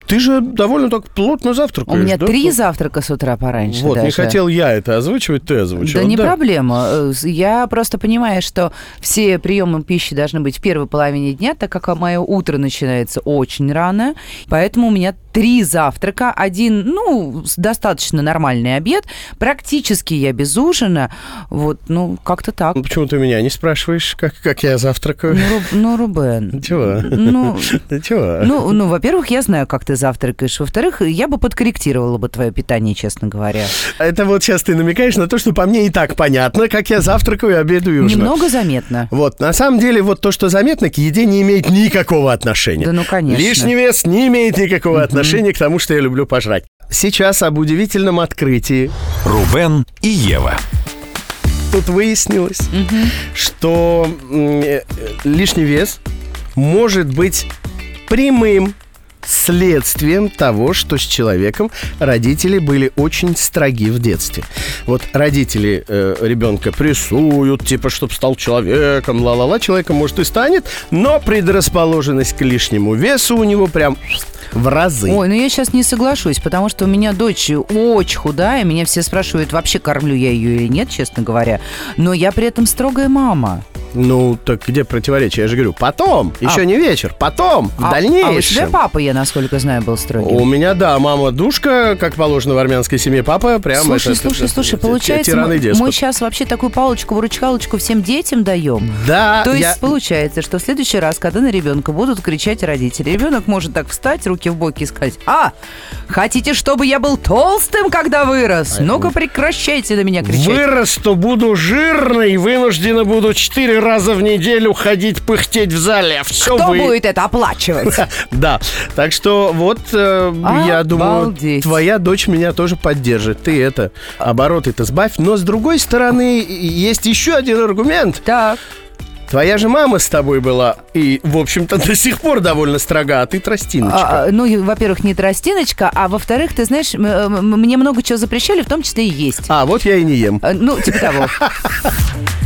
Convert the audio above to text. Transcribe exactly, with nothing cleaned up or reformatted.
ты же довольно так плотно завтракаешь. У меня да? три завтрака с утра пораньше Вот, даже. не хотел я это озвучивать, ты озвучил. Да не проблема. Я просто понимаю, что все приемы пищи должны быть в первой половине дня, так как мое утро начинается очень рано. Поэтому у меня три завтрака. Один, ну, достаточно нормальный обед. Практически я без ужина. Вот, ну, как-то так. Ну, почему ты меня не спрашиваешь, как, как я завтракаю? Ну, Ру, ну Рубен. Чего? Ну, да чего? Ну, ну, во-первых, я знаю, как ты завтракаешь. Во-вторых, я бы подкорректировала бы твое питание, честно говоря. Это вот сейчас ты намекаешь на то, что по мне и так понятно, как я завтракаю, обедаю и ужинаю. Немного заметно. Вот, на самом деле, вот то, что заметно, к еде не имеет никакого отношения. Да ну, конечно. Лишний вес не имеет никакого отношения к тому, что я люблю пожрать. Сейчас об удивительном открытии. Рубен и Ева. Тут выяснилось, что э, лишний вес может быть прямым следствием того, что с человеком родители были очень строги в детстве. Вот родители э, ребенка прессуют, типа, чтобы стал человеком, ла-ла-ла, человеком, может, и станет, но предрасположенность к лишнему весу у него прям в разы. Ой, ну я сейчас не соглашусь, потому что у меня дочь очень худая, меня все спрашивают, вообще кормлю я ее или нет, честно говоря, но я при этом строгая мама. Ну, так где противоречие? Я же говорю, потом, а, еще не вечер, потом, а, в дальнейшем. А у тебя папа, я насколько знаю, был строгий? У меня, да, мама душка, как положено в армянской семье, папа прям... Слушай, это, слушай, это, слушай, это, получается, мы, мы сейчас вообще такую палочку-выручалочку всем детям даем. Да. То я... есть получается, что в следующий раз, когда на ребенка будут кричать родители, ребенок может так встать, руки в боки и сказать: а, хотите, чтобы я был толстым, когда вырос? А Ну-ка, прекращайте на меня кричать. Вырос, то буду жирный, вынуждена буду четыре раза в неделю ходить, пыхтеть в зале. Все Кто вы... будет это оплачивать? Да, так что вот, э, я думаю, твоя дочь меня тоже поддержит. Ты это, обороты-то сбавь. Но с другой стороны, есть еще один аргумент. Так. Твоя же мама с тобой была и, в общем-то, до сих пор довольно строга, а ты тростиночка. А, ну, во-первых, не тростиночка, а во-вторых, ты знаешь, мне много чего запрещали, в том числе и есть. А, вот я и не ем. Ну, типа того.